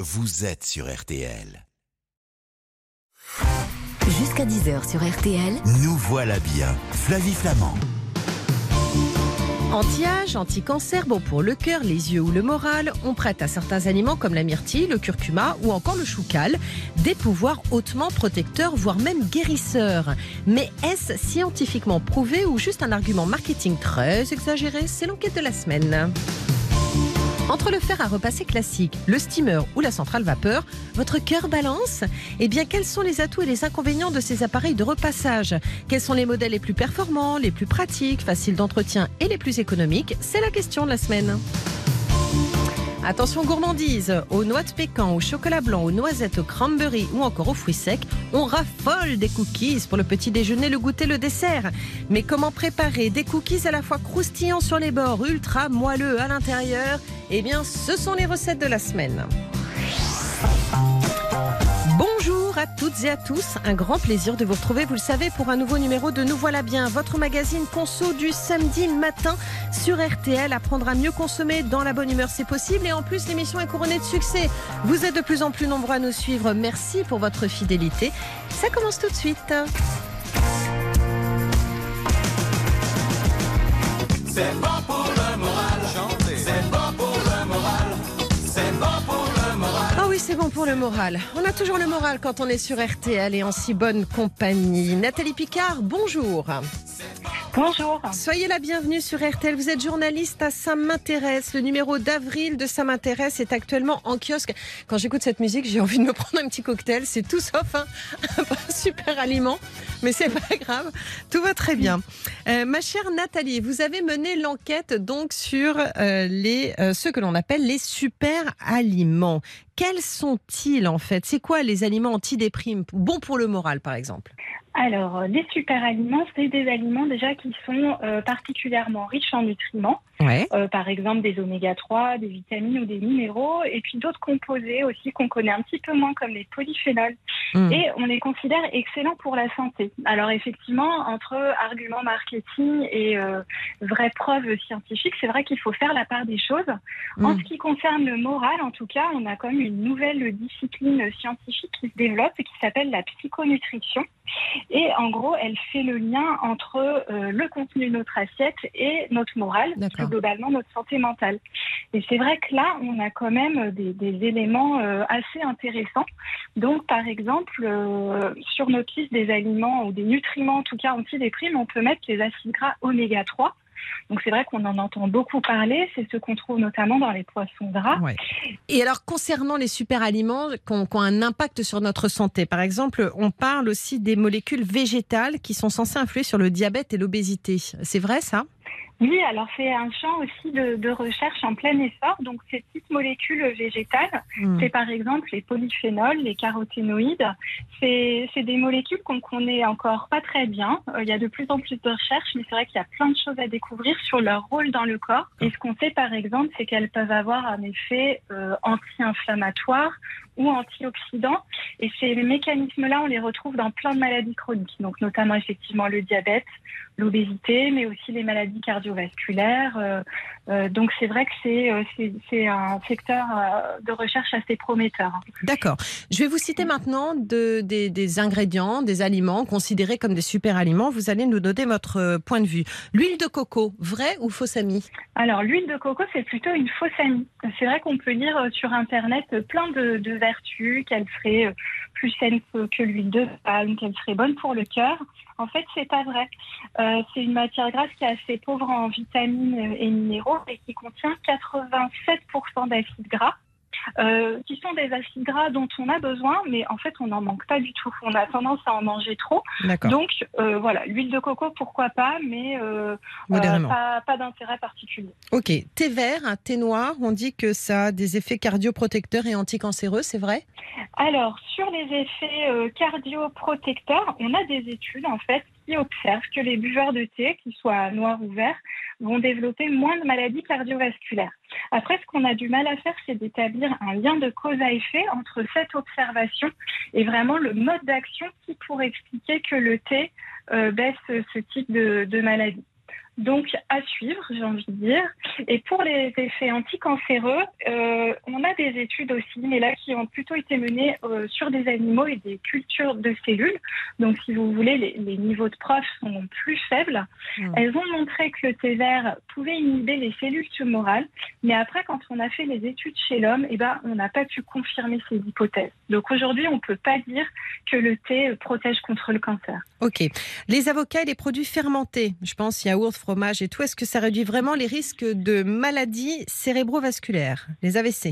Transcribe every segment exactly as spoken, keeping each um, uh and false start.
vous êtes sur R T L. Jusqu'à dix heures sur R T L. Nous voilà bien, Flavie Flamand. Anti-âge, anti-cancer, bon pour le cœur, les yeux ou le moral. On prête à certains aliments comme la myrtille, le curcuma ou encore le choucal des pouvoirs hautement protecteurs, voire même guérisseurs. Mais est-ce scientifiquement prouvé ou juste un argument marketing très exagéré? C'est l'enquête de la semaine. Entre le fer à repasser classique, le steamer ou la centrale vapeur, votre cœur balance? Eh bien, quels sont les atouts et les inconvénients de ces appareils de repassage? Quels sont les modèles les plus performants, les plus pratiques, faciles d'entretien et les plus économiques? C'est la question de la semaine. Attention gourmandise, aux noix de pécan, au chocolat blanc, aux noisettes, au cranberry ou encore aux fruits secs, on raffole des cookies pour le petit déjeuner, le goûter, le dessert. Mais comment préparer des cookies à la fois croustillants sur les bords, ultra moelleux à l'intérieur? Eh bien, ce sont les recettes de la semaine. Bonjour à toutes et à tous, un grand plaisir de vous retrouver, vous le savez, pour un nouveau numéro de Nous voilà bien, votre magazine conso du samedi matin sur R T L. Apprendre à mieux consommer dans la bonne humeur, c'est possible, et en plus l'émission est couronnée de succès. Vous êtes de plus en plus nombreux à nous suivre, merci pour votre fidélité. Ça commence tout de suite. C'est bon pour le moral, chanter. C'est bon pour le moral, c'est bon pour le moral. Ah oui, c'est bon pour le moral. On a toujours le moral quand on est sur R T L et en si bonne compagnie. Nathalie Picard, bonjour. Bonjour. Soyez la bienvenue sur R T L. Vous êtes journaliste à Ça m'intéresse. Le numéro d'avril de Ça m'intéresse est actuellement en kiosque. Quand j'écoute cette musique, j'ai envie de me prendre un petit cocktail. C'est tout sauf un, un super aliment, mais c'est pas grave. Tout va très bien. Euh, ma chère Nathalie, vous avez mené l'enquête donc sur euh, les euh, ceux que l'on appelle les super aliments. Quels sont-ils en fait? C'est quoi les aliments antidéprime, bons pour le moral par exemple? Alors, les super aliments, c'est des aliments déjà qui sont euh, particulièrement riches en nutriments. Ouais. Euh, par exemple, des oméga trois, des vitamines ou des minéraux, et puis d'autres composés aussi qu'on connaît un petit peu moins, comme les polyphénols. Mmh. Et on les considère excellents pour la santé. Alors effectivement, entre arguments marketing et euh, vraies preuves scientifiques, c'est vrai qu'il faut faire la part des choses. Mmh. En ce qui concerne le moral, en tout cas, on a quand même une nouvelle discipline scientifique qui se développe et qui s'appelle la psychonutrition. Et en gros, elle fait le lien entre euh, le contenu de notre assiette et notre morale, plus globalement notre santé mentale. Et c'est vrai que là, on a quand même des, des éléments euh, assez intéressants. Donc, par exemple, euh, sur notre liste des aliments ou des nutriments, en tout cas antidéprime, on peut mettre les acides gras oméga trois. Donc c'est vrai qu'on en entend beaucoup parler, c'est ce qu'on trouve notamment dans les poissons gras. Ouais. Et alors concernant les super aliments qui ont, qui ont un impact sur notre santé, par exemple, on parle aussi des molécules végétales qui sont censées influer sur le diabète et l'obésité. C'est vrai ça ? Oui, alors c'est un champ aussi de, de recherche en plein essor. Donc ces petites molécules végétales, mmh. c'est par exemple les polyphénols, les caroténoïdes. C'est, c'est des molécules qu'on connaît encore pas très bien. Euh, il y a de plus en plus de recherches, mais c'est vrai qu'il y a plein de choses à découvrir sur leur rôle dans le corps. Et ce qu'on sait par exemple, c'est qu'elles peuvent avoir un effet euh, anti-inflammatoire ou antioxydants. Et ces mécanismes-là, on les retrouve dans plein de maladies chroniques. Donc notamment effectivement le diabète, l'obésité, mais aussi les maladies cardiovasculaires. Euh, euh, donc c'est vrai que c'est, euh, c'est, c'est un secteur euh, de recherche assez prometteur. D'accord. Je vais vous citer maintenant de, des, des ingrédients, des aliments considérés comme des super aliments. Vous allez nous donner votre point de vue. L'huile de coco, vrai ou fausse amie ? Alors l'huile de coco, c'est plutôt une fausse amie. C'est vrai qu'on peut lire sur Internet plein de, de vertus, qu'elle serait plus saine que l'huile de palme, qu'elle serait bonne pour le cœur. En fait, c'est pas vrai. Euh, c'est une matière grasse qui est assez pauvre en vitamines et minéraux et qui contient quatre-vingt-sept pour cent d'acides gras. Euh, qui sont des acides gras dont on a besoin, mais en fait on n'en manque pas du tout. On a tendance à en manger trop. D'accord. Donc euh, voilà, l'huile de coco pourquoi pas, mais euh, modérément. Euh, pas, pas d'intérêt particulier. Ok, thé vert, thé noir, on dit que ça a des effets cardioprotecteurs et anticancéreux, c'est vrai ? Alors sur les effets euh, cardioprotecteurs, on a des études en fait qui observent que les buveurs de thé, qu'ils soient noirs ou verts, vont développer moins de maladies cardiovasculaires. Après, ce qu'on a du mal à faire, c'est d'établir un lien de cause à effet entre cette observation et vraiment le mode d'action qui pourrait expliquer que le thé euh, baisse ce type de, de maladie. Donc, à suivre, j'ai envie de dire. Et pour les effets anticancéreux, euh, on a des études aussi, mais là, qui ont plutôt été menées euh, sur des animaux et des cultures de cellules. Donc, si vous voulez, les, les niveaux de preuve sont plus faibles. Mmh. Elles ont montré que le thé vert pouvait inhiber les cellules tumorales, mais après, quand on a fait les études chez l'homme, eh ben, on n'a pas pu confirmer ces hypothèses. Donc, aujourd'hui, on ne peut pas dire que le thé protège contre le cancer. Ok. Les avocats et les produits fermentés, je pense yaourt, fromage et tout, est-ce que ça réduit vraiment les risques de maladies cérébrovasculaires, les A V C ?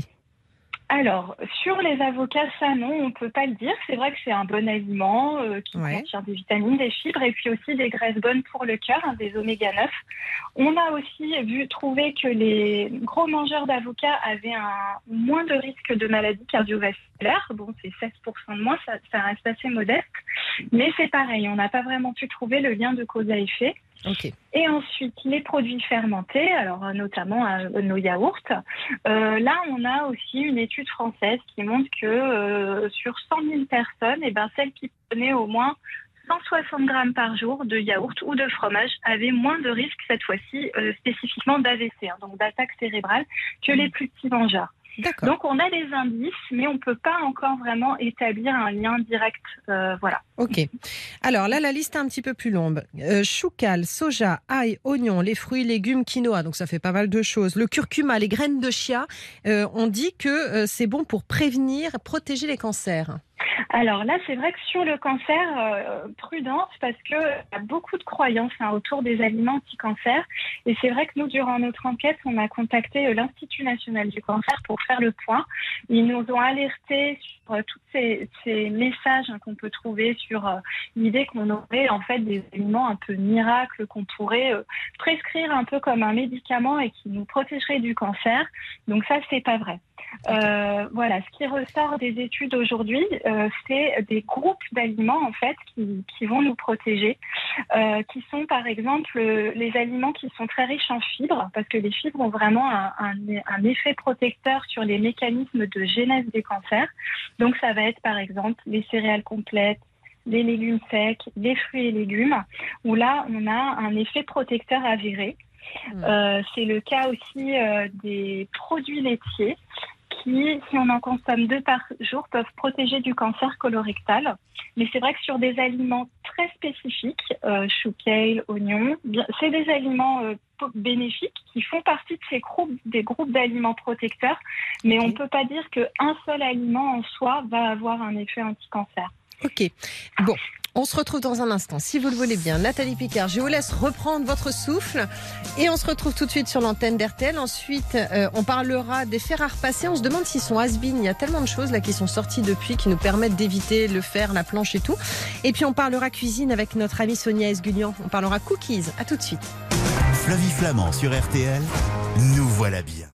Alors, sur les avocats, ça non, on ne peut pas le dire. C'est vrai que c'est un bon aliment euh, qui ouais. contient des vitamines, des fibres et puis aussi des graisses bonnes pour le cœur, hein, des oméga neuf. On a aussi vu trouvé que les gros mangeurs d'avocats avaient un, moins de risque de maladies cardiovasculaires. Bon, c'est seize pour cent de moins, ça, ça reste assez modeste. Mais c'est pareil, on n'a pas vraiment pu trouver le lien de cause à effet. Okay. Et ensuite, les produits fermentés, alors notamment euh, nos yaourts. Euh, là, on a aussi une étude française qui montre que euh, sur cent mille personnes, eh ben, celles qui prenaient au moins cent soixante grammes par jour de yaourt ou de fromage avaient moins de risques, cette fois-ci, euh, spécifiquement d'A V C, hein, donc d'attaque cérébrale, que les plus petits mangeurs. D'accord. Donc, on a des indices, mais on ne peut pas encore vraiment établir un lien direct. Euh, voilà. Ok. Alors là, la liste est un petit peu plus longue. Euh, choucal, soja, ail, oignon, les fruits, légumes, quinoa. Donc, ça fait pas mal de choses. Le curcuma, les graines de chia. Euh, on dit que euh, c'est bon pour prévenir, protéger les cancers. Alors là, c'est vrai que sur le cancer, euh, prudence, parce qu'il y a beaucoup de croyances hein, autour des aliments anti-cancer. Et c'est vrai que nous, durant notre enquête, on a contacté euh, l'Institut national du cancer pour faire le point. Ils nous ont alertés sur euh, tous ces, ces messages hein, qu'on peut trouver sur euh, l'idée qu'on aurait en fait des aliments un peu miracles qu'on pourrait euh, prescrire un peu comme un médicament et qui nous protégerait du cancer. Donc ça, c'est pas vrai. Euh, voilà, ce qui ressort des études aujourd'hui, euh, c'est des groupes d'aliments en fait qui, qui vont nous protéger, euh, qui sont par exemple les aliments qui sont très riches en fibres, parce que les fibres ont vraiment un, un, un effet protecteur sur les mécanismes de genèse des cancers. Donc ça va être par exemple les céréales complètes, les légumes secs, les fruits et légumes, où là on a un effet protecteur avéré. Euh, c'est le cas aussi euh, des produits laitiers qui, si on en consomme deux par jour, peuvent protéger du cancer colorectal. Mais c'est vrai que sur des aliments très spécifiques, euh, chou, kale, oignon, c'est des aliments euh, bénéfiques qui font partie de ces groupes, des groupes d'aliments protecteurs. Mais okay. on ne peut pas dire qu'un seul aliment en soi va avoir un effet anti-cancer. Ok. Bon. On se retrouve dans un instant, si vous le voulez bien. Nathalie Picard, je vous laisse reprendre votre souffle et on se retrouve tout de suite sur l'antenne d'R T L. Ensuite, euh, on parlera des fers à repasser. On se demande s'ils sont has-been. Il y a tellement de choses là qui sont sorties depuis qui nous permettent d'éviter le fer, la planche et tout. Et puis on parlera cuisine avec notre amie Sonia Esgulian. On parlera cookies. À tout de suite. Flavie Flamand sur R T L, nous voilà bien.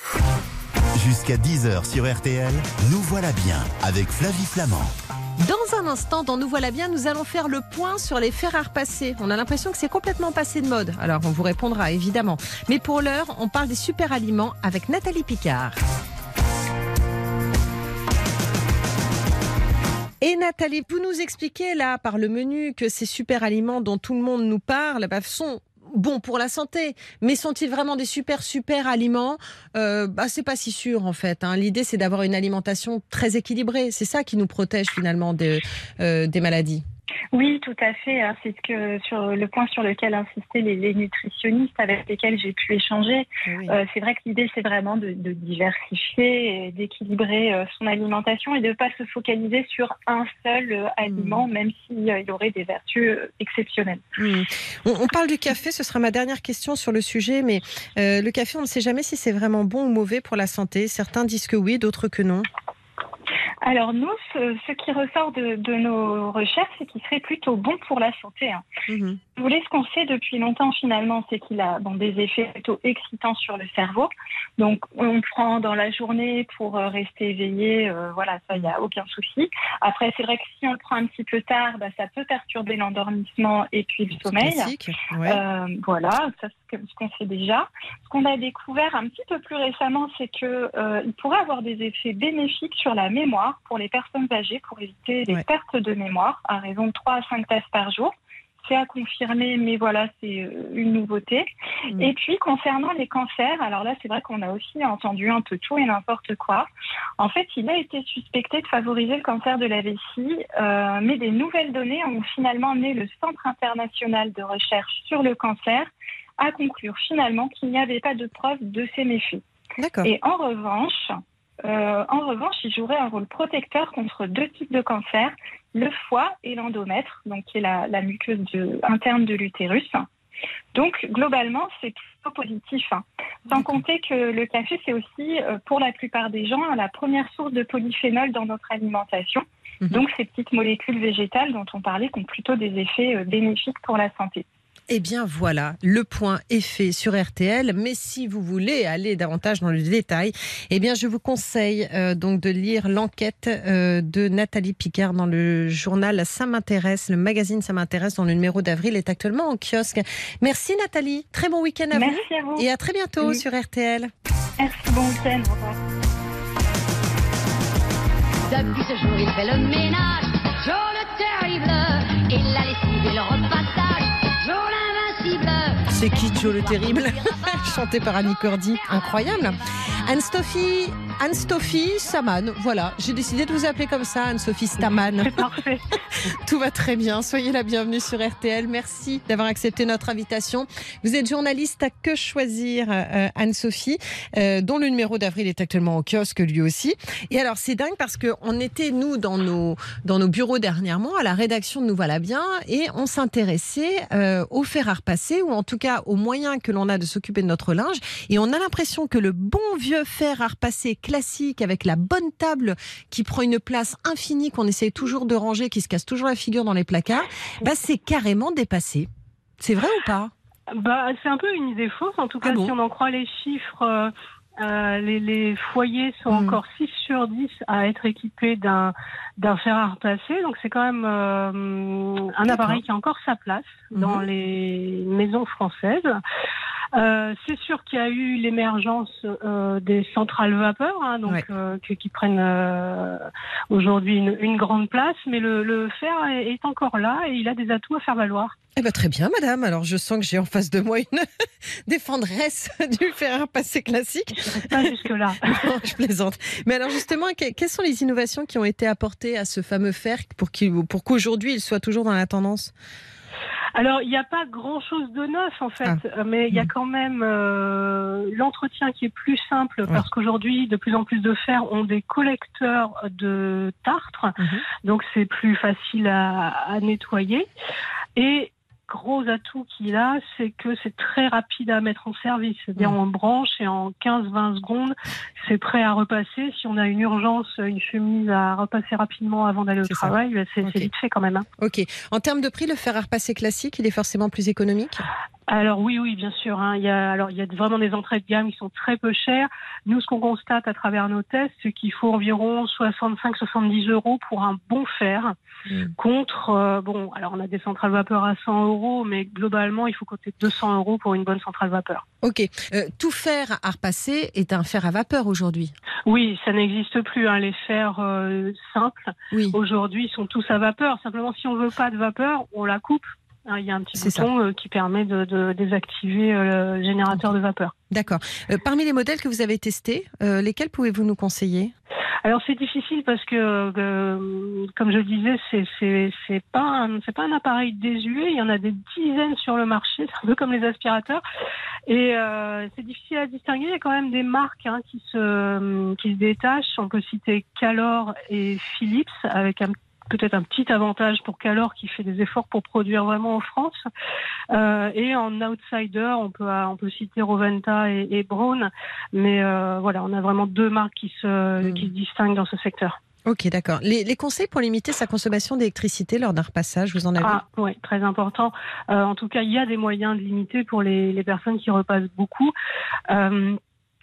Jusqu'à dix heures sur R T L, nous voilà bien avec Flavie Flamand. Dans un instant, dans Nous voilà bien, nous allons faire le point sur les fers à repasser. On a l'impression que c'est complètement passé de mode. Alors, on vous répondra évidemment. Mais pour l'heure, on parle des super aliments avec Nathalie Picard. Et Nathalie, vous nous expliquez là, par le menu, que ces super aliments dont tout le monde nous parle bah, sont bons pour la santé. Mais sont-ils vraiment des super, super aliments ? euh, bah, C'est pas si sûr en fait. Hein. L'idée, c'est d'avoir une alimentation très équilibrée. C'est ça qui nous protège finalement de, euh, des maladies. Oui, tout à fait. C'est ce que, sur le point sur lequel insistaient les, les nutritionnistes avec lesquels j'ai pu échanger. Oui. Euh, c'est vrai que l'idée, c'est vraiment de, de diversifier, et d'équilibrer euh, son alimentation et de ne pas se focaliser sur un seul euh, aliment, mmh. même s'il euh, y aurait des vertus euh, exceptionnelles. Mmh. On, on parle du café, ce sera ma dernière question sur le sujet, mais euh, le café, on ne sait jamais si c'est vraiment bon ou mauvais pour la santé. Certains disent que oui, d'autres que non. Alors nous, ce, ce qui ressort de, de nos recherches, c'est qu'il serait plutôt bon pour la santé. Hein. Mmh. Vous voulez, ce qu'on sait depuis longtemps finalement, c'est qu'il a bon, des effets plutôt excitants sur le cerveau. Donc on prend dans la journée pour rester éveillé, euh, voilà, ça, il n'y a aucun souci. Après, c'est vrai que si on le prend un petit peu tard, bah, ça peut perturber l'endormissement et puis le sommeil. Ouais. Euh, voilà, ça c'est ce qu'on sait déjà. Ce qu'on a découvert un petit peu plus récemment, c'est qu'il euh, pourrait avoir des effets bénéfiques sur la mémoire pour les personnes âgées, pour éviter les ouais. pertes de mémoire à raison de trois à cinq tasses par jour. c'est à confirmer, mais voilà, c'est une nouveauté. Mmh. Et puis, concernant les cancers, alors là, c'est vrai qu'on a aussi entendu un peu tout et n'importe quoi. En fait, il a été suspecté de favoriser le cancer de la vessie, euh, mais des nouvelles données ont finalement amené le Centre international de recherche sur le cancer à conclure finalement qu'il n'y avait pas de preuve de ces méfaits. D'accord. Et en revanche, euh, en revanche, il jouerait un rôle protecteur contre deux types de cancers, le foie et l'endomètre, donc qui est la, la muqueuse de, interne de l'utérus. Donc, globalement, c'est plutôt positif. Hein. Sans compter que le café, c'est aussi, euh, pour la plupart des gens, la première source de polyphénol dans notre alimentation. Mmh. Donc, ces petites molécules végétales dont on parlait, qui ont plutôt des effets euh, bénéfiques pour la santé. Eh bien voilà, le point est fait sur R T L. Mais si vous voulez aller davantage dans le détail, eh bien je vous conseille euh, donc de lire l'enquête euh, de Nathalie Picard dans le journal Ça m'intéresse, le magazine Ça m'intéresse, dont le numéro d'avril est actuellement en kiosque. Merci Nathalie, très bon week-end à Merci vous, à vous. Et à très bientôt oui. sur R T L. Merci, bon week-end, au revoir. Depuis ce jour, il fait le ménage, jour le terrible, et la lessive et le repassage, jour l'invincible. C'est qui Joe le terrible? Chanté par Annie Cordy, incroyable. Anne-Sophie, Anne-Sophie Staman, voilà, j'ai décidé de vous appeler comme ça, Anne-Sophie Staman. C'est parfait. Tout va très bien, soyez la bienvenue sur R T L, merci d'avoir accepté notre invitation. Vous êtes journaliste à Que Choisir, euh, Anne-Sophie, euh, dont le numéro d'avril est actuellement au kiosque lui aussi. Et alors c'est dingue parce qu'on était, nous, dans nos, dans nos bureaux dernièrement, à la rédaction de Nous Voilà Bien, et on s'intéressait euh, au fer à repasser, ou en tout cas aux moyens que l'on a de s'occuper de notre linge, et on a l'impression que le bon vieux fer à repasser classique, avec la bonne table qui prend une place infinie, qu'on essaye toujours de ranger, qui se casse toujours la figure dans les placards, bah c'est carrément dépassé. C'est vrai ou pas? Bah, c'est un peu une idée fausse, en tout cas, ah bon si on en croit les chiffres. Euh, euh, les, les foyers sont mmh. encore six sur dix à être équipés d'un, d'un fer à repasser. Donc, c'est quand même euh, un D'accord. appareil qui a encore sa place mmh. dans les maisons françaises. Euh, c'est sûr qu'il y a eu l'émergence euh, des centrales vapeur, hein, donc ouais. euh, qui, qui prennent euh, aujourd'hui une, une grande place, mais le, le fer est, est encore là et il a des atouts à faire valoir. Eh ben très bien, madame. Alors je sens que j'ai en face de moi une défendresse du fer à repasser classique. Pas jusque là. Non, je plaisante. Mais alors justement, que, quelles sont les innovations qui ont été apportées à ce fameux fer pour, qu'il, pour qu'aujourd'hui il soit toujours dans la tendance? Alors, il n'y a pas grand-chose de neuf, en fait, ah. mais il y a quand même euh, l'entretien qui est plus simple, ouais. parce qu'aujourd'hui, de plus en plus de fer ont des collecteurs de tartre, mm-hmm. donc c'est plus facile à, à nettoyer. Et gros atout qu'il a, c'est que c'est très rapide à mettre en service. C'est-à-dire, mmh. on branche et en quinze à vingt secondes, c'est prêt à repasser. Si on a une urgence, une chemise à repasser rapidement avant d'aller c'est au travail, c'est, okay. c'est vite fait quand même. Hein. Ok. En termes de prix, le fer à repasser classique, il est forcément plus économique ? Alors oui, oui, bien sûr. Hein. Il y a, alors il y a vraiment des entrées de gamme qui sont très peu chères. Nous, ce qu'on constate à travers nos tests, c'est qu'il faut environ soixante-cinq à soixante-dix euros pour un bon fer. Mmh. Contre, euh, bon, alors on a des centrales vapeur à cent euros, mais globalement, il faut compter deux cents euros pour une bonne centrale vapeur. Ok. Euh, tout fer à repasser est un fer à vapeur aujourd'hui ? Oui, ça n'existe plus. Hein. Les fers euh, simples, oui. aujourd'hui, sont tous à vapeur. Simplement, si on veut pas de vapeur, on la coupe. Il y a un petit C'est bouton ça. qui permet de, de désactiver euh, le générateur de vapeur. D'accord. Euh, parmi les modèles que vous avez testés, euh, lesquels pouvez-vous nous conseiller ? Alors c'est difficile parce que, euh, comme je le disais, c'est c'est c'est pas un, c'est pas un appareil désuet. Il y en a des dizaines sur le marché, c'est un peu comme les aspirateurs, et euh, c'est difficile à distinguer. Il y a quand même des marques hein, qui se qui se détachent. On peut citer Calor et Philips avec un peut-être un petit avantage pour Calor qui fait des efforts pour produire vraiment en France. Euh, et en outsider, on peut, on peut citer Roventa et, et Braun. Mais euh, voilà, on a vraiment deux marques qui se, mmh. qui se distinguent dans ce secteur. Ok, d'accord. Les, les conseils pour limiter sa consommation d'électricité lors d'un repassage, vous en avez ? Ah, oui, très important. Euh, en tout cas, il y a des moyens de limiter pour les, les personnes qui repassent beaucoup. Euh,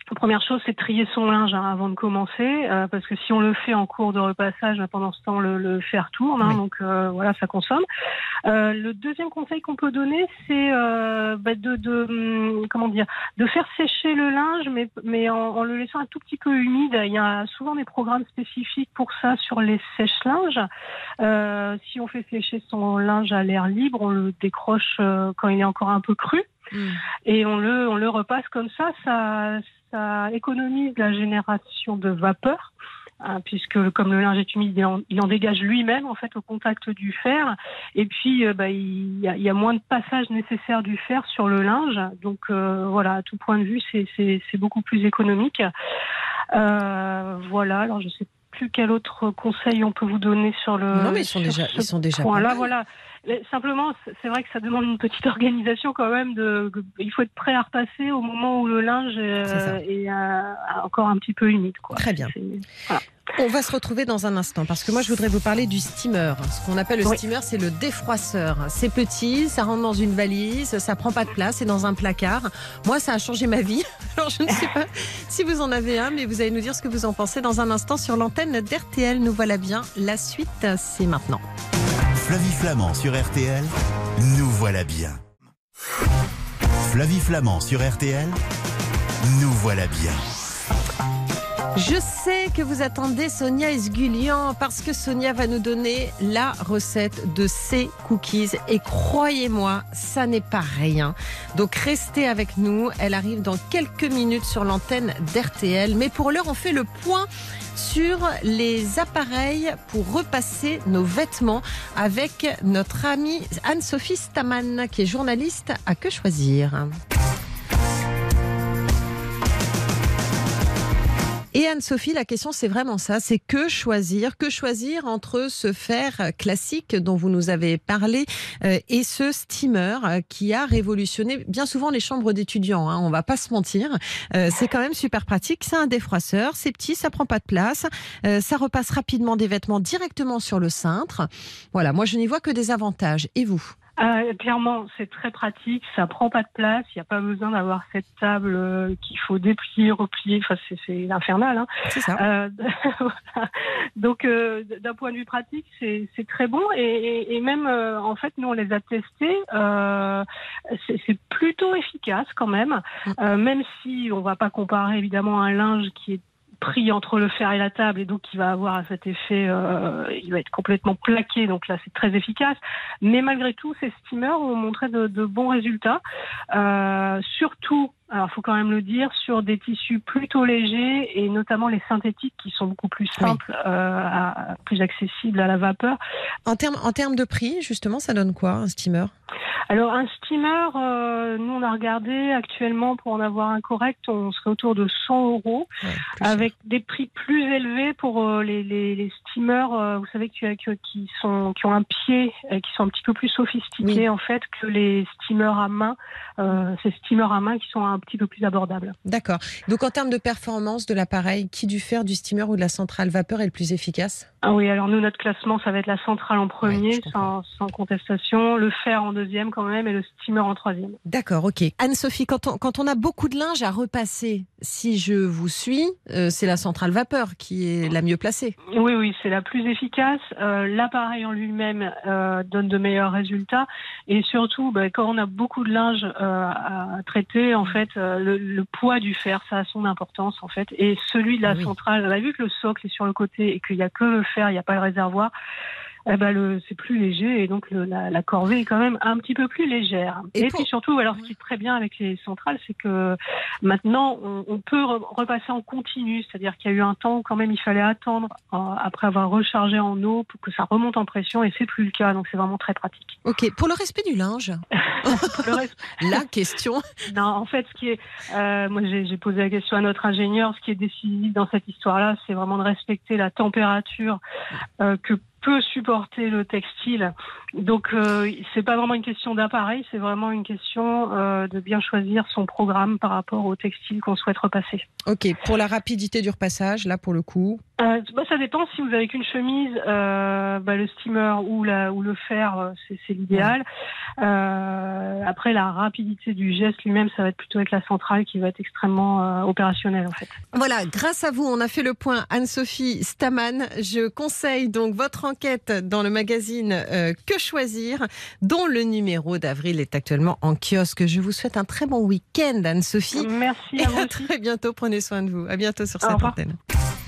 La première chose, c'est de trier son linge hein, avant de commencer, euh, parce que si on le fait en cours de repassage, pendant ce temps, le, le fer tourne, hein, oui. donc euh, voilà, ça consomme. Euh, le deuxième conseil qu'on peut donner, c'est euh, bah, de, de comment dire, de faire sécher le linge, mais, mais en, en le laissant un tout petit peu humide. Il y a souvent des programmes spécifiques pour ça sur les sèche-linges. Euh, si on fait sécher son linge à l'air libre, on le décroche euh, quand il est encore un peu cru. Mmh. Et on le, on le repasse comme ça, ça, ça économise la génération de vapeur, hein, puisque comme le linge est humide, il en, il en dégage lui-même en fait au contact du fer. Et puis, euh, bah, il, y a, il y a moins de passage nécessaire du fer sur le linge. Donc euh, voilà, à tout point de vue, c'est, c'est, c'est beaucoup plus économique. Euh, voilà, alors je sais plus quel autre conseil on peut vous donner sur le. Non, mais ils sont déjà, ils sont déjà pas mal. Voilà. Simplement, c'est vrai que ça demande une petite organisation quand même. De, il faut être prêt à repasser au moment où le linge est, est euh, encore un petit peu humide. Quoi. Très bien. Voilà. On va se retrouver dans un instant parce que moi je voudrais vous parler du steamer. Ce qu'on appelle le oui. steamer, c'est le défroisseur. C'est petit, ça rentre dans une valise, ça prend pas de place, c'est dans un placard. Moi, ça a changé ma vie. Alors je ne sais pas si vous en avez un, mais vous allez nous dire ce que vous en pensez dans un instant sur l'antenne d'R T L. Nous voilà bien. La suite, c'est maintenant. Flavie Flamand sur R T L, nous voilà bien. Flavie Flamand sur R T L, nous voilà bien. Je sais que vous attendez Sonia Esgulian parce que Sonia va nous donner la recette de ses cookies et croyez-moi, ça n'est pas rien. Donc restez avec nous, elle arrive dans quelques minutes sur l'antenne d'R T L. Mais pour l'heure, on fait le point sur les appareils pour repasser nos vêtements avec notre amie Anne-Sophie Staman qui est journaliste à Que Choisir. Et Anne-Sophie, la question c'est vraiment ça, c'est que choisir, que choisir entre ce fer classique dont vous nous avez parlé euh, et ce steamer euh, qui a révolutionné bien souvent les chambres d'étudiants, hein, on va pas se mentir, euh, c'est quand même super pratique, c'est un défroisseur, c'est petit, ça prend pas de place, euh, ça repasse rapidement des vêtements directement sur le cintre. Voilà, moi je n'y vois que des avantages. Et vous ? Euh, clairement, c'est très pratique, ça prend pas de place, il n'y a pas besoin d'avoir cette table euh, qu'il faut déplier, replier, enfin c'est, c'est infernal. Hein. C'est ça. Euh, voilà. Donc euh, d'un point de vue pratique, c'est, c'est très bon et, et, et même euh, en fait nous on les a testés, euh, c'est, c'est plutôt efficace quand même, euh, même si on va pas comparer évidemment un linge qui est pris entre le fer et la table et donc il va avoir cet effet, euh, il va être complètement plaqué, donc là c'est très efficace, mais malgré tout ces steamers ont montré de, de bons résultats, euh, surtout, alors il faut quand même le dire, sur des tissus plutôt légers et notamment les synthétiques qui sont beaucoup plus simples, oui. euh, à, plus accessibles à la vapeur. En termes en termes de prix, justement, ça donne quoi un steamer ? Alors un steamer, euh, nous on a regardé actuellement pour en avoir un correct, on serait autour de cent euros, ouais, avec cher. Des prix plus élevés pour euh, les, les, les steamers, euh, vous savez qui, qui sont qui ont un pied, euh, qui sont un petit peu plus sophistiqués oui. en fait que les steamers à main, euh, ces steamers à main qui sont un petit peu plus abordables. D'accord. Donc en termes de performance de l'appareil, qui du fer, du steamer ou de la centrale vapeur est le plus efficace ? Ah oui, alors nous notre classement ça va être la centrale en premier, ouais, sans, sans contestation, le fer en deuxième quand même et le steamer en troisième. D'accord, ok. Anne-Sophie, quand on, quand on a beaucoup de linge à repasser, si je vous suis, euh, c'est la centrale vapeur qui est la mieux placée. Oui, oui, c'est la plus efficace. Euh, l'appareil en lui-même euh, donne de meilleurs résultats et surtout, bah, quand on a beaucoup de linge euh, à traiter, en fait, euh, le, le poids du fer, ça a son importance en fait. Et celui de la oui. centrale, on a vu que le socle est sur le côté et qu'il n'y a que le fer, il n'y a pas le réservoir. Eh ben le, c'est plus léger et donc le, la, la corvée est quand même un petit peu plus légère. Et, et pour... puis surtout, alors ce qui est très bien avec les centrales, c'est que maintenant on, on peut re- repasser en continu, c'est-à-dire qu'il y a eu un temps où quand même il fallait attendre euh, après avoir rechargé en eau pour que ça remonte en pression et c'est plus le cas, donc c'est vraiment très pratique. Ok, pour le respect du linge. le resp... La question. Non, en fait, ce qui est, euh, moi j'ai, j'ai posé la question à notre ingénieur, ce qui est décisif dans cette histoire-là, c'est vraiment de respecter la température euh, que peut supporter le textile. Donc, euh, c'est pas vraiment une question d'appareil, c'est vraiment une question euh, de bien choisir son programme par rapport au textile qu'on souhaite repasser. Ok, pour la rapidité du repassage, là pour le coup. Euh, bah, ça dépend. Si vous avez qu'une chemise, euh, bah, le steamer ou, la, ou le fer, c'est, c'est l'idéal. Ouais. Euh, après, la rapidité du geste lui-même, ça va être plutôt avec la centrale qui va être extrêmement euh, opérationnelle en fait. Voilà, grâce à vous, on a fait le point. Anne-Sophie Staman, je conseille donc votre enquête dans le magazine euh, Que choisir, dont le numéro d'avril est actuellement en kiosque. Je vous souhaite un très bon week-end, Anne-Sophie. Merci et à vous à aussi. très bientôt. Prenez soin de vous. À bientôt sur Au cette revoir. antenne.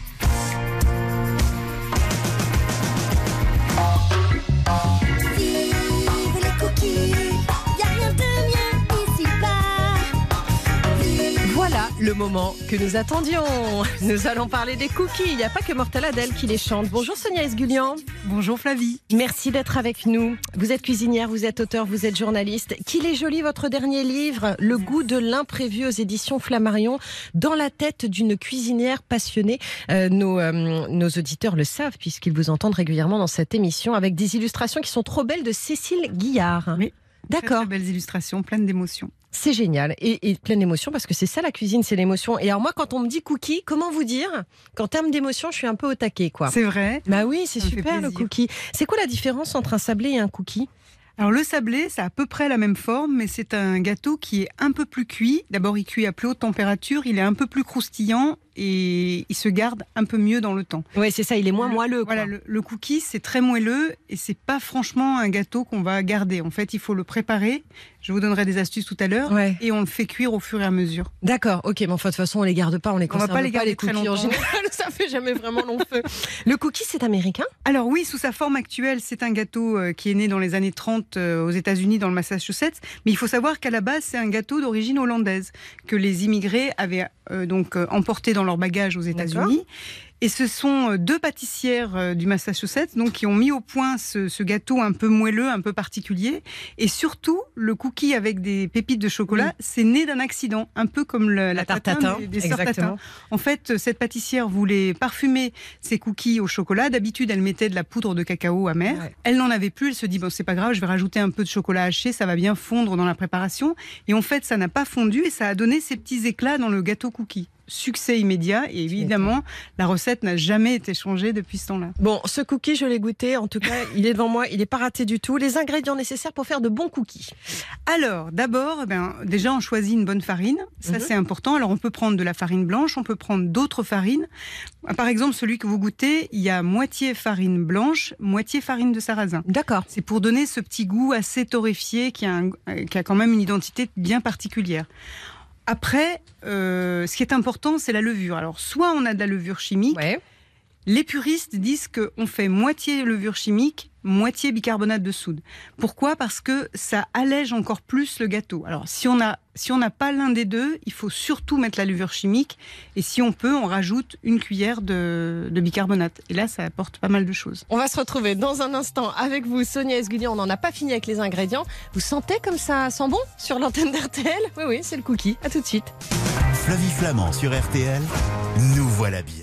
Voilà le moment que nous attendions. Nous allons parler des cookies. Il n'y a pas que Mortel Adèle qui les chante. Bonjour Sonia Esgulian. Bonjour Flavie. Merci d'être avec nous. Vous êtes cuisinière, vous êtes auteur, vous êtes journaliste. Qu'il est joli votre dernier livre, Le goût de l'imprévu aux éditions Flammarion, dans la tête d'une cuisinière passionnée. Euh, nos, euh, nos auditeurs le savent puisqu'ils vous entendent régulièrement dans cette émission avec des illustrations qui sont trop belles de Cécile Guillard. Oui. D'accord. Très, très belles illustrations, pleines d'émotions. C'est génial et, et plein d'émotions parce que c'est ça la cuisine, c'est l'émotion. Et alors moi, quand on me dit cookie, comment vous dire qu'en termes d'émotion, je suis un peu au taquet, quoi. C'est vrai. Bah oui, c'est Ça me fait super le plaisir. cookie. C'est quoi la différence entre un sablé et un cookie ? Alors le sablé, c'est à peu près la même forme, mais c'est un gâteau qui est un peu plus cuit. D'abord, il cuit à plus haute température, il est un peu plus croustillant et il se garde un peu mieux dans le temps. Oui, c'est ça, il est moins Le- moelleux. Quoi. Voilà, le, le cookie, c'est très moelleux et c'est pas franchement un gâteau qu'on va garder. En fait, il faut le préparer. Je vous donnerai des astuces tout à l'heure. Ouais. Et on le fait cuire au fur et à mesure. D'accord, ok, mais enfin, de toute façon, on les garde pas, on les On va conserve pas les garder très cookies en longtemps. général, ça fait jamais vraiment long feu. Le cookie, c'est américain ? Alors oui, sous sa forme actuelle, c'est un gâteau euh, qui est né dans les années trente euh, aux États-Unis, dans le Massachusetts. Mais il faut savoir qu'à la base, c'est un gâteau d'origine hollandaise que les immigrés avaient euh, donc euh, emporté dans leur bagage aux États-Unis. Et ce sont deux pâtissières euh, du Massachusetts donc, qui ont mis au point ce, ce gâteau un peu moelleux, un peu particulier. Et surtout, le cookie avec des pépites de chocolat, Oui. c'est né d'un accident, un peu comme le- la, tarte tatin tatin, des, des sœurs exactement. Tatin. En fait, cette pâtissière voulait parfumer ses cookies au chocolat. D'habitude, elle mettait de la poudre de cacao amer. Ouais. Elle n'en avait plus. Elle se dit, bon, c'est pas grave, je vais rajouter un peu de chocolat haché, ça va bien fondre dans la préparation. Et en fait, ça n'a pas fondu et ça a donné ces petits éclats dans le gâteau cookie. Succès immédiat et évidemment, la recette n'a jamais été changée depuis ce temps-là. Bon, ce cookie, je l'ai goûté. En tout cas, il est devant moi. Il n'est pas raté du tout. Les ingrédients nécessaires pour faire de bons cookies. Alors, d'abord, eh ben, déjà, on choisit une bonne farine. Ça, Mhm. c'est important. Alors, on peut prendre de la farine blanche, on peut prendre d'autres farines. Par exemple, celui que vous goûtez, il y a moitié farine blanche, moitié farine de sarrasin. D'accord. C'est pour donner ce petit goût assez torréfié qui a, un- euh, qui a quand même une identité bien particulière. Après, euh, ce qui est important, c'est la levure. Alors, soit on a de la levure chimique. Ouais. Les puristes disent qu'on fait moitié levure chimique, moitié bicarbonate de soude. Pourquoi ? Parce que ça allège encore plus le gâteau. Alors, si on a, si on n'a pas l'un des deux, il faut surtout mettre la levure chimique. Et si on peut, on rajoute une cuillère de, de bicarbonate. Et là, ça apporte pas mal de choses. On va se retrouver dans un instant avec vous, Sonia Esgulian. On n'en a pas fini avec les ingrédients. Vous sentez comme ça sent bon sur l'antenne d'R T L ? Oui, oui, c'est le cookie. À tout de suite. Flavie Flamand sur R T L, nous voilà bien.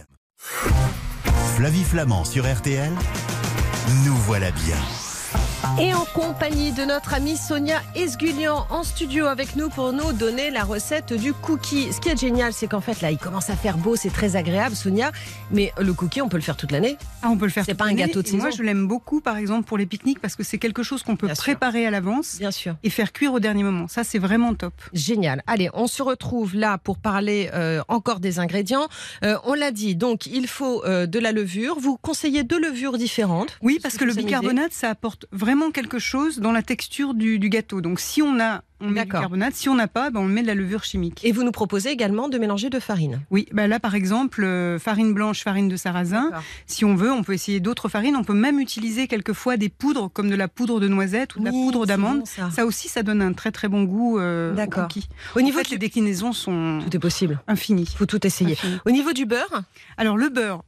Flavie Flamand sur R T L, nous voilà bien. Et en compagnie de notre amie Sonia Esgulian en studio avec nous pour nous donner la recette du cookie. Ce qui est génial, c'est qu'en fait là, il commence à faire beau, c'est très agréable, Sonia. Mais le cookie, on peut le faire toute l'année. Ah, on peut le faire. C'est toute pas un l'année. gâteau de Et Moi, saison. je l'aime beaucoup, par exemple, pour les pique-niques, parce que c'est quelque chose qu'on peut Bien sûr. préparer à l'avance Bien sûr. et faire cuire au dernier moment. Ça, c'est vraiment top. Génial. Allez, on se retrouve là pour parler euh, encore des ingrédients. Euh, on l'a dit, donc il faut euh, de la levure. Vous conseillez deux levures différentes. Oui, parce Il que faut le s'amuser. bicarbonate, ça apporte vraiment quelque chose dans la texture du, du gâteau. Donc, si on a, on met du D'accord. bicarbonate. Si on n'a pas, ben, on met de la levure chimique. Et vous nous proposez également de mélanger deux farines. Oui, ben là, par exemple, euh, farine blanche, farine de sarrasin. D'accord. Si on veut, on peut essayer d'autres farines. On peut même utiliser quelquefois des poudres, comme de la poudre de noisette ou de la Oui, poudre c'est d'amande. bon, ça. Ça aussi, ça donne un très très bon goût euh, au D'accord. cookie. Au niveau en fait, du... les déclinaisons sont Tout est possible. infinies. Il faut tout essayer. Infinies. Au niveau du beurre, Alors, le beurre,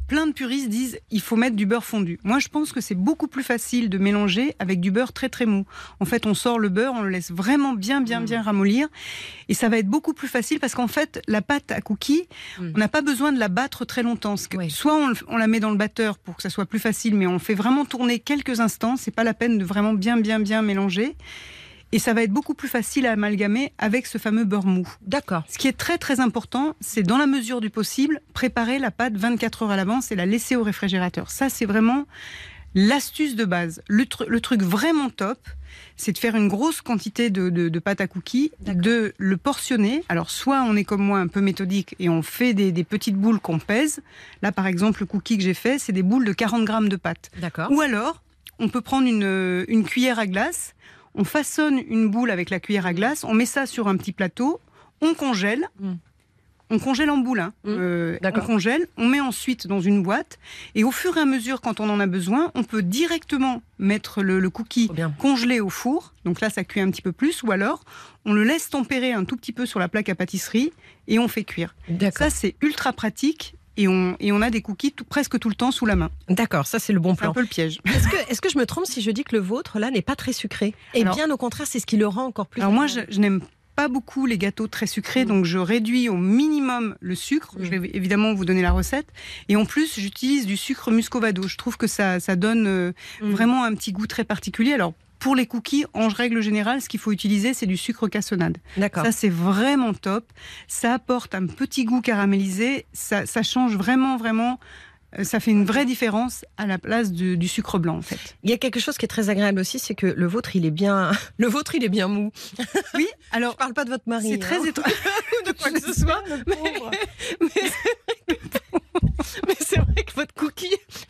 plein de puristes disent il faut mettre du beurre fondu. Moi, je pense que c'est beaucoup plus facile de mélanger avec du beurre très très mou. En fait, on sort le beurre, on le laisse vraiment bien bien bien ramollir et ça va être beaucoup plus facile parce qu'en fait, la pâte à cookies, mmh. on n'a pas besoin de la battre très longtemps. Oui. Soit on, on la met dans le batteur pour que ça soit plus facile, mais on fait vraiment tourner quelques instants. C'est pas la peine de vraiment bien bien bien mélanger. Et ça va être beaucoup plus facile à amalgamer avec ce fameux beurre mou. D'accord. Ce qui est très très important, c'est dans la mesure du possible, préparer la pâte vingt-quatre heures à l'avance et la laisser au réfrigérateur. Ça, c'est vraiment l'astuce de base. Le, tr- le truc vraiment top, c'est de faire une grosse quantité de, de, de pâte à cookies, D'accord. de le portionner. Alors, soit on est comme moi un peu méthodique et on fait des, des petites boules qu'on pèse. Là, par exemple, le cookie que j'ai fait, c'est des boules de quarante grammes de pâte. D'accord. Ou alors, on peut prendre une, une cuillère à glace. On façonne une boule avec la cuillère à glace, on met ça sur un petit plateau, on congèle, mmh. on congèle en boule, hein. mmh. euh, on congèle, on met ensuite dans une boîte, et au fur et à mesure, quand on en a besoin, on peut directement mettre le, le cookie oh congelé au four, donc là ça cuit un petit peu plus, ou alors on le laisse tempérer un tout petit peu sur la plaque à pâtisserie, et on fait cuire. Ça c'est ultra pratique. Et on, et on a des cookies tout, presque tout le temps sous la main. D'accord, ça c'est le bon plan. C'est un peu le piège. Est-ce que, est-ce que je me trompe si je dis que le vôtre, là, n'est pas très sucré ? Et alors, bien au contraire, c'est ce qui le rend encore plus... Alors moi, je, je n'aime pas beaucoup les gâteaux très sucrés, mmh. donc je réduis au minimum le sucre. Mmh. Je vais évidemment vous donner la recette. Et en plus, j'utilise du sucre muscovado. Je trouve que ça, ça donne euh, mmh. vraiment un petit goût très particulier. Alors, pour les cookies, en règle générale, ce qu'il faut utiliser, c'est du sucre cassonade. D'accord. Ça, c'est vraiment top. Ça apporte un petit goût caramélisé. Ça, ça change vraiment, vraiment... Ça fait une vraie différence à la place de, du sucre blanc, en fait. Il y a quelque chose qui est très agréable aussi, c'est que le vôtre, il est bien, le vôtre, il est bien mou. Oui, alors... Je parle pas de votre mari. C'est hein. très étonnant. de quoi que ce soit. Mais, mais c'est vrai que... Mais c'est vrai que votre cookie,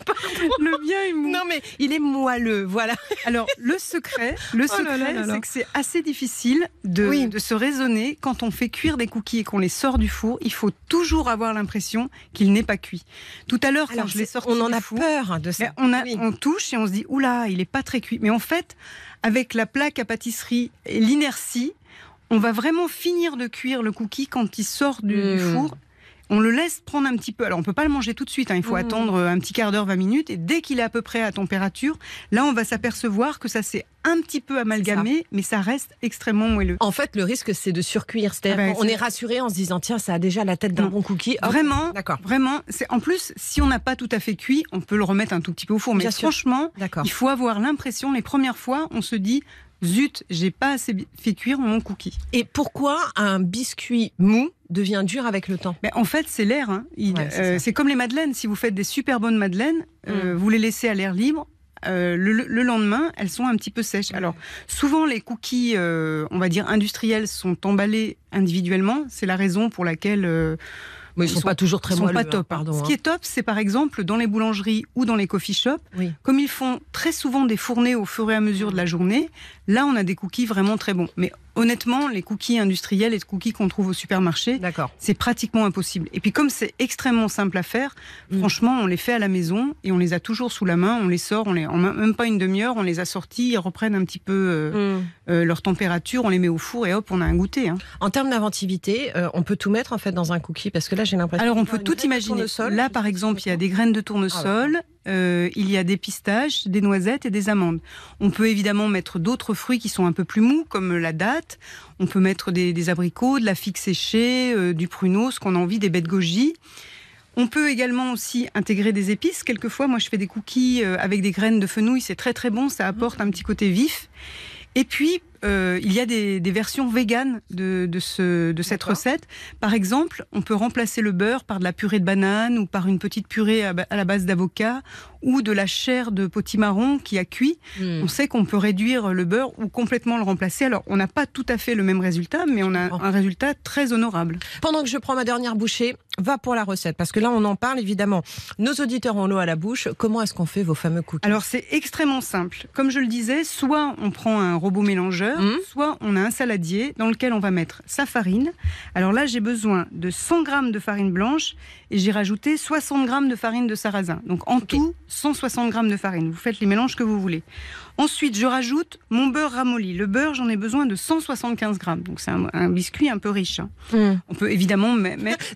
le bien est mou. Non mais il est moelleux, voilà. Alors le secret, le secret, oh là là là là. c'est que c'est assez difficile de, oui. de se raisonner quand on fait cuire des cookies et qu'on les sort du four. Il faut toujours avoir l'impression qu'il n'est pas cuit. Tout à l'heure, quand je les sortis on en du a four, peur de ça. On, a, oui. on touche et on se dit oula, il est pas très cuit. Mais en fait, avec la plaque à pâtisserie et l'inertie, on va vraiment finir de cuire le cookie quand il sort du, mmh. du four. On le laisse prendre un petit peu. Alors, on ne peut pas le manger tout de suite. Hein. Il faut mmh. attendre un petit quart d'heure, vingt minutes. Et dès qu'il est à peu près à température, là, on va s'apercevoir que ça s'est un petit peu amalgamé, ça. mais ça reste extrêmement moelleux. En fait, le risque, c'est de surcuire. C'est-à-dire qu'on est rassuré en se disant, tiens, ça a déjà la tête d'un non. bon cookie. Hop. Vraiment, D'accord. vraiment. C'est... En plus, si on n'a pas tout à fait cuit, on peut le remettre un tout petit peu au four. Mais Bien franchement, il faut avoir l'impression, les premières fois, on se dit... Zut, j'ai pas assez fait cuire mon cookie. Et pourquoi un biscuit mou devient dur avec le temps ? Mais en fait, c'est l'air. Hein. Il, ouais, c'est, euh, c'est comme les madeleines. Si vous faites des super bonnes madeleines, mm. euh, vous les laissez à l'air libre. Euh, le, le lendemain, elles sont un petit peu sèches. Ouais. Alors, souvent, les cookies, euh, on va dire industriels, sont emballés individuellement. C'est la raison pour laquelle... Euh, Mais ils ne sont, sont pas toujours très moelleux. Pas top. Hein, pardon, Ce hein. qui est top, c'est par exemple dans les boulangeries ou dans les coffee shops, oui. comme ils font très souvent des fournées au fur et à mesure de la journée, là on a des cookies vraiment très bons. Mais honnêtement, les cookies industriels et les cookies qu'on trouve au supermarché, D'accord. c'est pratiquement impossible. Et puis comme c'est extrêmement simple à faire, mmh. franchement, on les fait à la maison et on les a toujours sous la main, on les sort, on les, en même pas une demi-heure, on les a sortis, ils reprennent un petit peu euh, mmh. euh, leur température, on les met au four et hop, on a un goûter. Hein. En termes d'inventivité, euh, on peut tout mettre en fait dans un cookie parce que là j'ai l'impression. Alors on peut tout imaginer. Là par exemple, il y a des graines de tournesol. Ah, ouais. Euh, il y a des pistaches, des noisettes et des amandes. On peut évidemment mettre d'autres fruits qui sont un peu plus mous, comme la date. On peut mettre des, des abricots, de la figue séchée, euh, du pruneau, ce qu'on a envie, des baies de goji. On peut également aussi intégrer des épices. Quelquefois, moi, je fais des cookies euh, avec des graines de fenouil. C'est très très bon, ça apporte un petit côté vif. Et puis, euh, il y a des, des versions véganes de, de, ce, de cette D'accord. recette. Par exemple, on peut remplacer le beurre par de la purée de banane ou par une petite purée à, à la base d'avocat ou de la chair de potimarron qui a cuit. Mmh. On sait qu'on peut réduire le beurre ou complètement le remplacer. Alors, on n'a pas tout à fait le même résultat, mais on a un résultat très honorable. Pendant que je prends ma dernière bouchée, va pour la recette. Parce que là, on en parle évidemment. Nos auditeurs ont l'eau à la bouche. Comment est-ce qu'on fait vos fameux cookies ? Alors, c'est extrêmement simple. Comme je le disais, soit on prend un robot mélangeur, mmh. soit on a un saladier dans lequel on va mettre sa farine. Alors là, j'ai besoin de cent grammes de farine blanche et j'ai rajouté soixante grammes de farine de sarrasin. Donc en okay. tout, cent soixante grammes de farine. Vous faites les mélanges que vous voulez. Ensuite, je rajoute mon beurre ramolli. Le beurre, j'en ai besoin de cent soixante-quinze grammes. Donc c'est un, un biscuit un peu riche. Hein. Mmh. On peut évidemment mettre... Dit-elle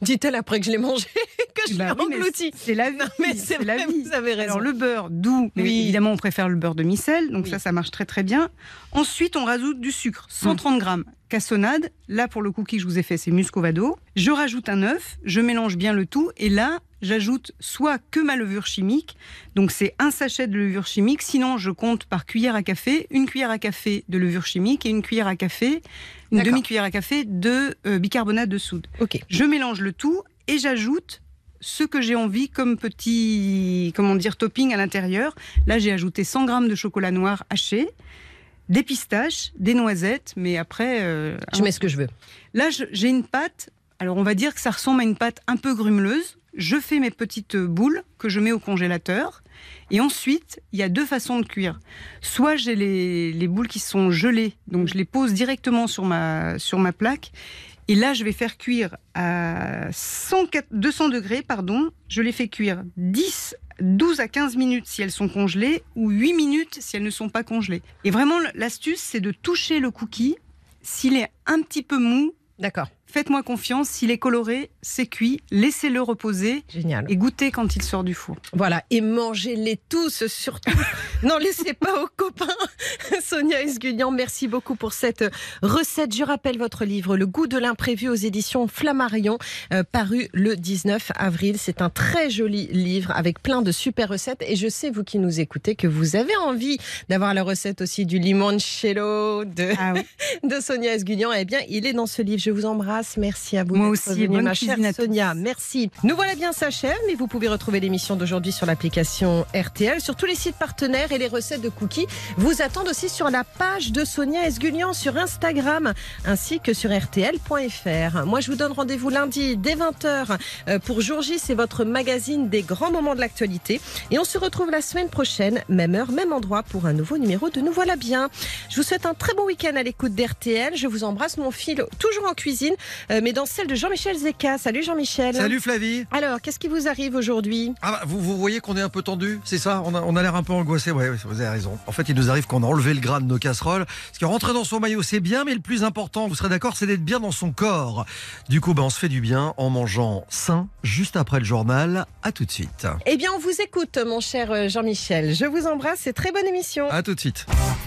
après que je l'ai mangé que je Bah l'ai oui, mais englouti. C'est la vie. Non, mais c'est la vrai, vie. vous avez raison. Alors le beurre doux, mais Oui. évidemment on préfère le beurre de micelle, donc Oui. ça, ça marche très très bien. Ensuite, on rajoute du sucre, cent trente grammes. Cassonade, là pour le cookie que je vous ai fait, c'est muscovado. Je rajoute un œuf, je mélange bien le tout, et là, j'ajoute soit que ma levure chimique, donc c'est un sachet de levure chimique, sinon je compte par cuillère à café, une cuillère à café de levure chimique et une cuillère à café, une D'accord. demi-cuillère à café de euh, bicarbonate de soude. Ok. Je mélange le tout et j'ajoute ce que j'ai envie comme petit, comment dire, topping à l'intérieur. Là, j'ai ajouté cent grammes de chocolat noir haché, des pistaches, des noisettes, mais après... euh, Je mets ce que je veux. Là, je- j'ai une pâte, alors on va dire que ça ressemble à une pâte un peu grumeleuse. Je fais mes petites boules que je mets au congélateur. Et ensuite, il y a deux façons de cuire. Soit j'ai les, les boules qui sont gelées, donc je les pose directement sur ma, sur ma plaque. Et là, je vais faire cuire à cent quatre deux cents degrés, pardon. Je les fais cuire dix, douze à quinze minutes si elles sont congelées ou huit minutes si elles ne sont pas congelées. Et vraiment, l'astuce, c'est de toucher le cookie. S'il est un petit peu mou, D'accord. faites-moi confiance. S'il est coloré, c'est cuit. Laissez-le reposer Génial. et goûtez quand il sort du four. Voilà, et mangez-les tous surtout. N'en laissez pas aux copains. Sonia Esguignan, merci beaucoup pour cette recette. Je rappelle votre livre Le goût de l'imprévu aux éditions Flammarion, euh, paru le dix-neuf avril. C'est un très joli livre avec plein de super recettes. Et je sais, vous qui nous écoutez, que vous avez envie d'avoir la recette aussi du limoncello de, Ah oui. de Sonia Esguignan. Eh bien, il est dans ce livre. Je vous embrasse. Merci à vous. Moi d'être aussi, venue, bonne ma chère cuisine à tous. Sonia. Merci. Nous voilà bien s'achève, mais vous pouvez retrouver l'émission d'aujourd'hui sur l'application R T L, sur tous les sites partenaires, et les recettes de cookies vous attendent aussi sur la page de Sonia Esguignan sur Instagram, ainsi que sur R T L point F R. Moi, je vous donne rendez-vous lundi dès vingt heures pour Jour J, c'est votre magazine des grands moments de l'actualité. Et on se retrouve la semaine prochaine, même heure, même endroit, pour un nouveau numéro de Nous voilà bien. Je vous souhaite un très bon week-end à l'écoute d'R T L. Je vous embrasse, mon fil toujours en cuisine, euh, mais dans celle de Jean-Michel Zeka. Salut Jean-Michel. Salut Flavie. Alors, qu'est-ce qui vous arrive aujourd'hui? Ah bah, vous, vous voyez qu'on est un peu tendu, c'est ça? On a, on a l'air un peu angoissé, ouais, ouais, vous avez raison. En fait, il nous arrive qu'on a enlevé le gras de nos casseroles. Parce que rentrer dans son maillot, c'est bien, mais le plus important, vous serez d'accord, c'est d'être bien dans son corps. Du coup, bah, on se fait du bien en mangeant sain, juste après le journal. À tout de suite. Eh bien, on vous écoute, mon cher Jean-Michel. Je vous embrasse et très bonne émission. À tout de suite.